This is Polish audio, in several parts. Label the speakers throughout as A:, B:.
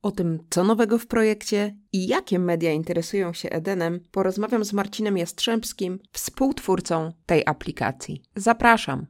A: O tym, co nowego w projekcie i jakie media interesują się Edenem, porozmawiam z Marcinem Jastrzębskim, współtwórcą tej aplikacji. Zapraszam!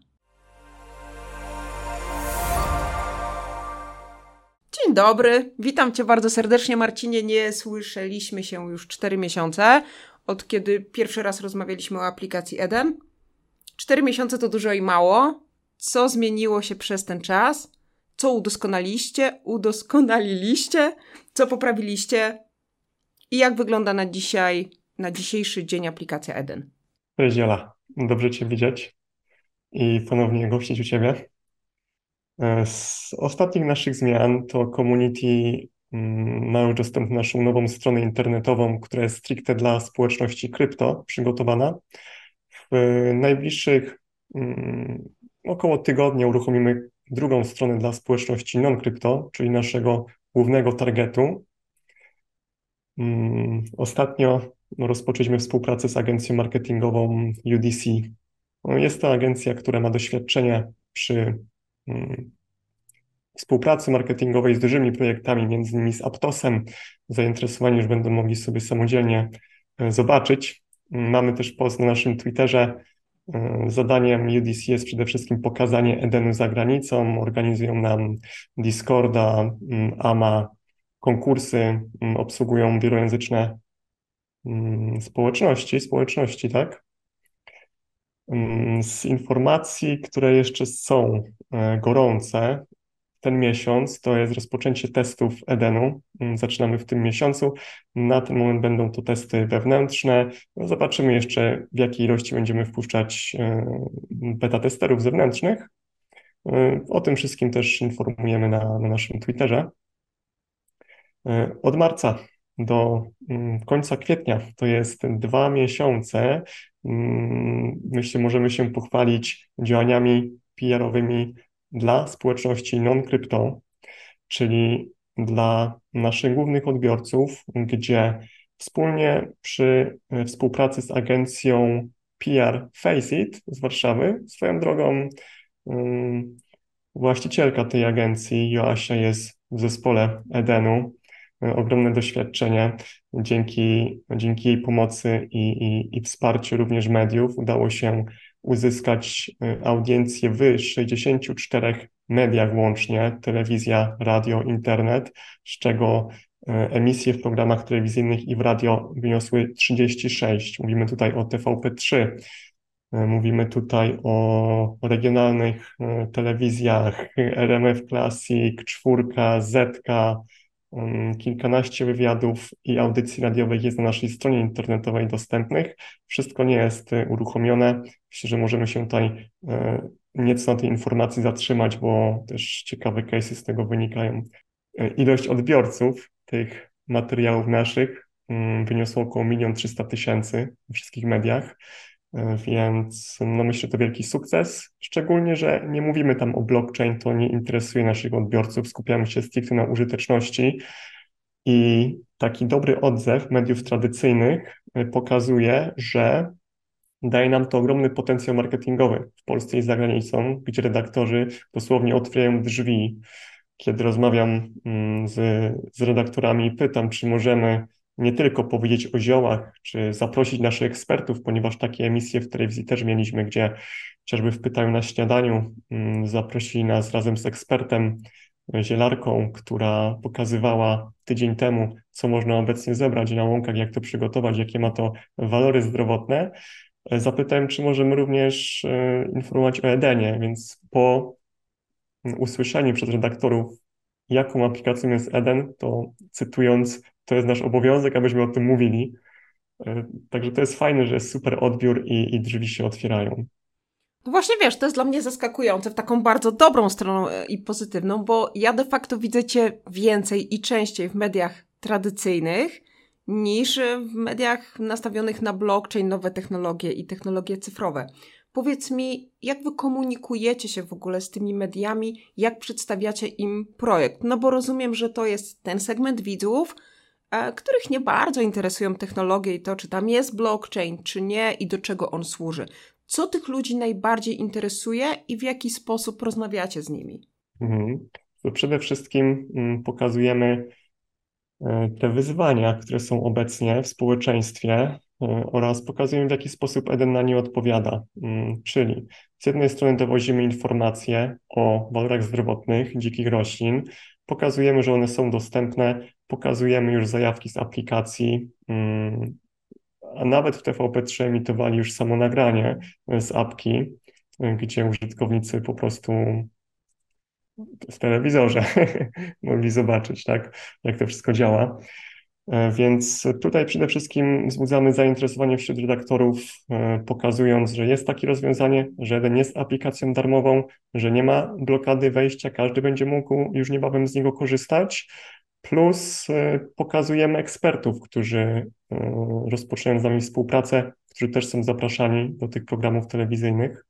A: Dzień dobry, witam Cię bardzo serdecznie, Marcinie. Nie słyszeliśmy się już 4 miesiące, od kiedy pierwszy raz rozmawialiśmy o aplikacji Eden. 4 miesiące to dużo i mało. Co zmieniło się przez ten czas? Co udoskonaliliście? Co poprawiliście? I jak wygląda na dzisiejszy dzień aplikacja Eden?
B: Cześć Jola, dobrze Cię widzieć i ponownie gościć u Ciebie. Z ostatnich naszych zmian to community ma już dostęp na naszą nową stronę internetową, która jest stricte dla społeczności krypto przygotowana. W najbliższych około tygodnia uruchomimy drugą stronę dla społeczności non-krypto, czyli naszego głównego targetu. Ostatnio rozpoczęliśmy współpracę z agencją marketingową UDC. Jest to agencja, która ma doświadczenie przy współpracy marketingowej z dużymi projektami, między innymi z Aptosem. Zainteresowani już będą mogli sobie samodzielnie zobaczyć. Mamy też post na naszym Twitterze. Zadaniem UDC jest przede wszystkim pokazanie Edenu za granicą. Organizują nam Discorda, AMA, konkursy, obsługują wielojęzyczne społeczności, tak? Z informacji, które jeszcze są gorące ten miesiąc, to jest rozpoczęcie testów Edenu. Zaczynamy w tym miesiącu. Na ten moment będą to testy wewnętrzne. No, zobaczymy jeszcze, w jakiej ilości będziemy wpuszczać beta testerów zewnętrznych. O tym wszystkim też informujemy na naszym Twitterze. Od marca do końca kwietnia, to jest 2 miesiące, myślę, możemy się pochwalić działaniami PR-owymi dla społeczności non-krypto, czyli dla naszych głównych odbiorców, gdzie wspólnie przy współpracy z agencją PR Faceit z Warszawy, swoją drogą właścicielka tej agencji, Joasia, jest w zespole Edenu, ogromne doświadczenie. Dzięki jej pomocy i wsparciu również mediów udało się uzyskać audiencję w 64 mediach łącznie, telewizja, radio, internet, z czego emisje w programach telewizyjnych i w radio wyniosły 36. Mówimy tutaj o TVP3. Mówimy tutaj o regionalnych telewizjach RMF Classic, Czwórka, Zetka, kilkanaście wywiadów i audycji radiowych jest na naszej stronie internetowej dostępnych. Wszystko nie jest uruchomione. Myślę, że możemy się tutaj nieco na tej informacji zatrzymać, bo też ciekawe case'y z tego wynikają. Ilość odbiorców tych materiałów naszych wyniosło około 1 300 000 w wszystkich mediach. Więc no myślę, że to wielki sukces, szczególnie, że nie mówimy tam o blockchain, to nie interesuje naszych odbiorców, skupiamy się stricte na użyteczności i taki dobry odzew mediów tradycyjnych pokazuje, że daje nam to ogromny potencjał marketingowy w Polsce i za granicą, gdzie redaktorzy dosłownie otwierają drzwi. Kiedy rozmawiam z redaktorami i pytam, czy możemy nie tylko powiedzieć o ziołach, czy zaprosić naszych ekspertów, ponieważ takie emisje w telewizji też mieliśmy, gdzie chociażby w Pytaniu na śniadaniu zaprosili nas razem z ekspertem, zielarką, która pokazywała tydzień temu, co można obecnie zebrać na łąkach, jak to przygotować, jakie ma to walory zdrowotne. Zapytałem, czy możemy również informować o Edenie, więc po usłyszeniu przez redaktorów, jaką aplikacją jest Eden, to cytując, to jest nasz obowiązek, abyśmy o tym mówili. Także to jest fajne, że jest super odbiór i drzwi się otwierają.
A: No właśnie wiesz, to jest dla mnie zaskakujące w taką bardzo dobrą stroną i pozytywną, bo ja de facto widzę Cię więcej i częściej w mediach tradycyjnych niż w mediach nastawionych na blockchain, nowe technologie i technologie cyfrowe. Powiedz mi, jak wy komunikujecie się w ogóle z tymi mediami, jak przedstawiacie im projekt? No bo rozumiem, że to jest ten segment widzów, których nie bardzo interesują technologie i to, czy tam jest blockchain, czy nie i do czego on służy. Co tych ludzi najbardziej interesuje i w jaki sposób rozmawiacie z nimi?
B: Mhm. To przede wszystkim pokazujemy te wyzwania, które są obecnie w społeczeństwie oraz pokazują, w jaki sposób Eden na nie odpowiada. Czyli z jednej strony dowozimy informacje o walorach zdrowotnych dzikich roślin, pokazujemy, że one są dostępne, pokazujemy już zajawki z aplikacji, a nawet w TVP3 emitowali już samo nagranie z apki, gdzie użytkownicy po prostu w telewizorze mogli zobaczyć, tak, jak to wszystko działa. Więc tutaj przede wszystkim wzbudzamy zainteresowanie wśród redaktorów, pokazując, że jest takie rozwiązanie, że Eden jest aplikacją darmową, że nie ma blokady wejścia, każdy będzie mógł już niebawem z niego korzystać. Plus pokazujemy ekspertów, którzy rozpoczynają z nami współpracę, którzy też są zapraszani do tych programów telewizyjnych.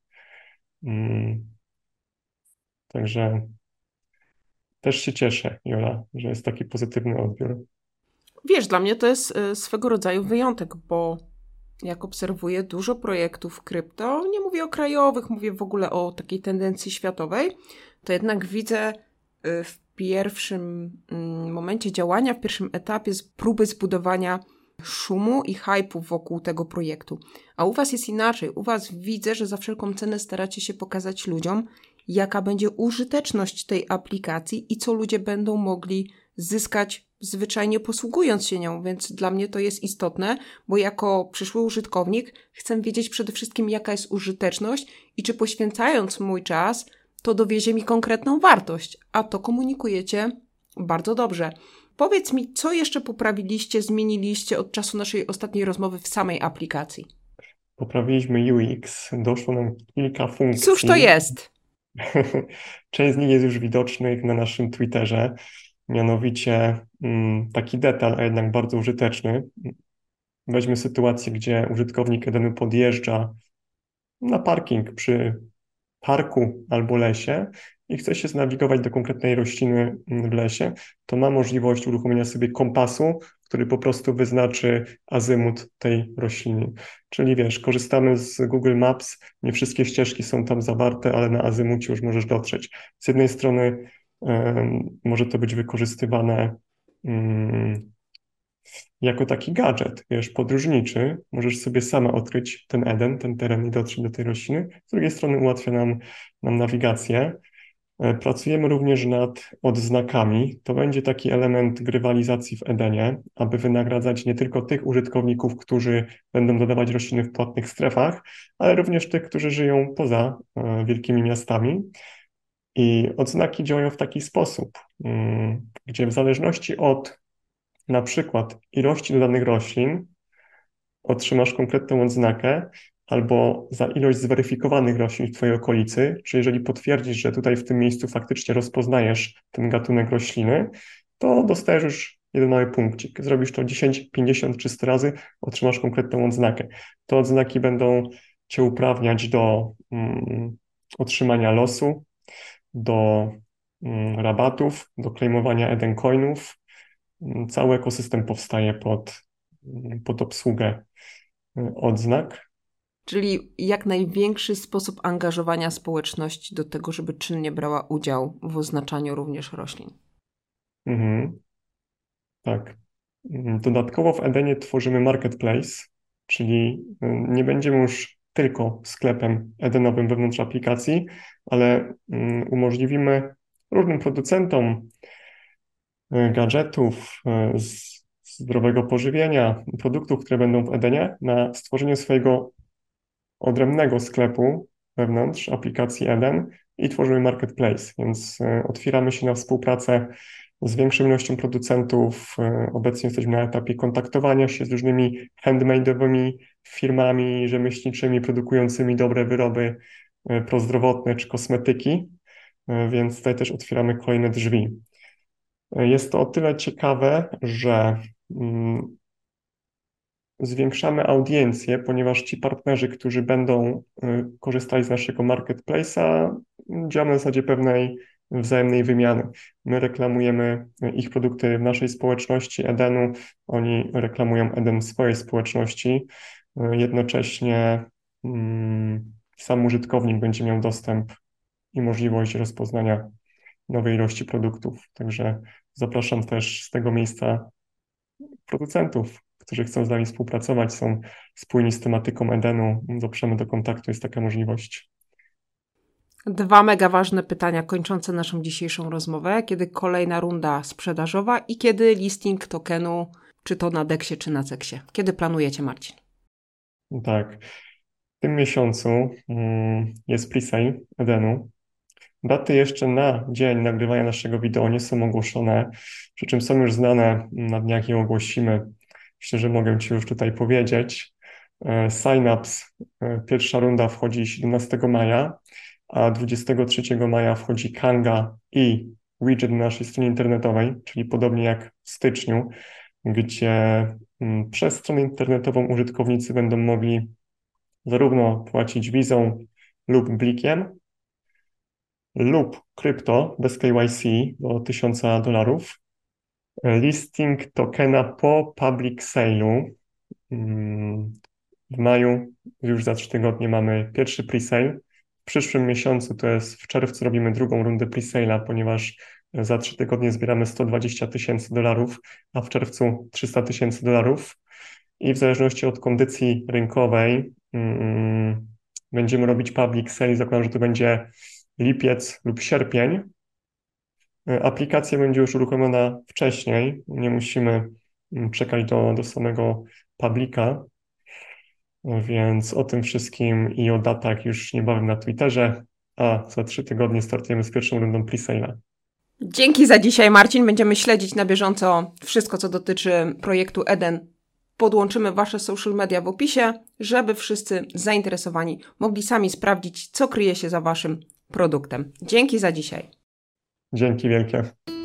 B: Także też się cieszę, Jola, że jest taki pozytywny odbiór.
A: Wiesz, dla mnie to jest swego rodzaju wyjątek, bo jak obserwuję dużo projektów krypto, nie mówię o krajowych, mówię w ogóle o takiej tendencji światowej, to jednak widzę w pierwszym momencie działania, w pierwszym etapie próby zbudowania szumu i hype'u wokół tego projektu. A u was jest inaczej. U was widzę, że za wszelką cenę staracie się pokazać ludziom, jaka będzie użyteczność tej aplikacji i co ludzie będą mogli zyskać zwyczajnie posługując się nią, więc dla mnie to jest istotne, bo jako przyszły użytkownik chcę wiedzieć przede wszystkim, jaka jest użyteczność i czy poświęcając mój czas, to dowiezie mi konkretną wartość, a to komunikujecie bardzo dobrze. Powiedz mi, co jeszcze poprawiliście, zmieniliście od czasu naszej ostatniej rozmowy w samej aplikacji?
B: Poprawiliśmy UX, doszło nam kilka funkcji.
A: Cóż to jest?
B: Część z nich jest już widocznych na naszym Twitterze, mianowicie taki detal, a jednak bardzo użyteczny. Weźmy sytuację, gdzie użytkownik Edenu podjeżdża na parking przy parku albo lesie i chce się znawigować do konkretnej rośliny w lesie, to ma możliwość uruchomienia sobie kompasu, który po prostu wyznaczy azymut tej rośliny. Czyli wiesz, korzystamy z Google Maps, nie wszystkie ścieżki są tam zawarte, ale na azymucie już możesz dotrzeć. Z jednej strony może to być wykorzystywane jako taki gadżet, wiesz, podróżniczy. Możesz sobie sama odkryć ten Eden, ten teren i dotrzeć do tej rośliny. Z drugiej strony ułatwia nam nawigację. Pracujemy również nad odznakami. To będzie taki element grywalizacji w Edenie, aby wynagradzać nie tylko tych użytkowników, którzy będą dodawać rośliny w płatnych strefach, ale również tych, którzy żyją poza wielkimi miastami. I odznaki działają w taki sposób, gdzie w zależności od na przykład ilości dodanych roślin otrzymasz konkretną odznakę, albo za ilość zweryfikowanych roślin w Twojej okolicy, czy jeżeli potwierdzisz, że tutaj w tym miejscu faktycznie rozpoznajesz ten gatunek rośliny, to dostajesz już jeden mały punkcik. Zrobisz to 10, 50 czy 100 razy, otrzymasz konkretną odznakę. Te odznaki będą Cię uprawniać do otrzymania losu, do rabatów, do claimowania Eden Coinów. Cały ekosystem powstaje pod obsługę odznak.
A: Czyli jak największy sposób angażowania społeczności do tego, żeby czynnie brała udział w oznaczaniu również roślin.
B: Mhm. Tak. Dodatkowo w Edenie tworzymy marketplace, czyli nie będziemy już tylko sklepem edenowym wewnątrz aplikacji, ale umożliwimy różnym producentom gadżetów, zdrowego pożywienia, produktów, które będą w Edenie, na stworzenie swojego odrębnego sklepu wewnątrz aplikacji Eden i tworzymy marketplace, więc otwieramy się na współpracę z większą ilością producentów. Obecnie jesteśmy na etapie kontaktowania się z różnymi handmade'owymi firmami rzemieślniczymi produkującymi dobre wyroby prozdrowotne czy kosmetyki, więc tutaj też otwieramy kolejne drzwi. Jest to o tyle ciekawe, że zwiększamy audiencję, ponieważ ci partnerzy, którzy będą korzystali z naszego marketplace'a, działamy na zasadzie pewnej wzajemnej wymiany. My reklamujemy ich produkty w naszej społeczności Edenu, oni reklamują Eden w swojej społeczności. Jednocześnie sam użytkownik będzie miał dostęp i możliwość rozpoznania nowej ilości produktów. Także zapraszam też z tego miejsca producentów, którzy chcą z nami współpracować, są spójni z tematyką Edenu, dotrzemy do kontaktu, jest taka możliwość.
A: 2 mega ważne pytania kończące naszą dzisiejszą rozmowę. Kiedy kolejna runda sprzedażowa i kiedy listing tokenu, czy to na Dexie, czy na Ceksie? Kiedy planujecie, Marcin?
B: Tak, w tym miesiącu jest presale Edenu. Daty jeszcze na dzień nagrywania naszego wideo nie są ogłoszone, przy czym są już znane, na dniach je ogłosimy. Myślę, że mogę Ci już tutaj powiedzieć. Sign-ups, pierwsza runda wchodzi 17 maja, a 23 maja wchodzi Kanga i widget na naszej stronie internetowej, czyli podobnie jak w styczniu, gdzie przez stronę internetową użytkownicy będą mogli zarówno płacić wizą lub blikiem, lub krypto bez KYC do $1000. Listing tokena po public sale'u. W maju, już za 3 tygodnie, mamy pierwszy presale. W przyszłym miesiącu, to jest w czerwcu, robimy drugą rundę presale'a, ponieważ za 3 tygodnie zbieramy $120,000, a w czerwcu $300,000. I w zależności od kondycji rynkowej będziemy robić public sale. Zakładam, że to będzie lipiec lub sierpień. Aplikacja będzie już uruchomiona wcześniej, nie musimy czekać do samego publika, więc o tym wszystkim i o datach już niebawem na Twitterze, a za 3 tygodnie startujemy z pierwszą rundą presale'a.
A: Dzięki za dzisiaj, Marcin. Będziemy śledzić na bieżąco wszystko, co dotyczy projektu Eden. Podłączymy Wasze social media w opisie, żeby wszyscy zainteresowani mogli sami sprawdzić, co kryje się za Waszym produktem. Dzięki za dzisiaj.
B: Dzięki wielkie.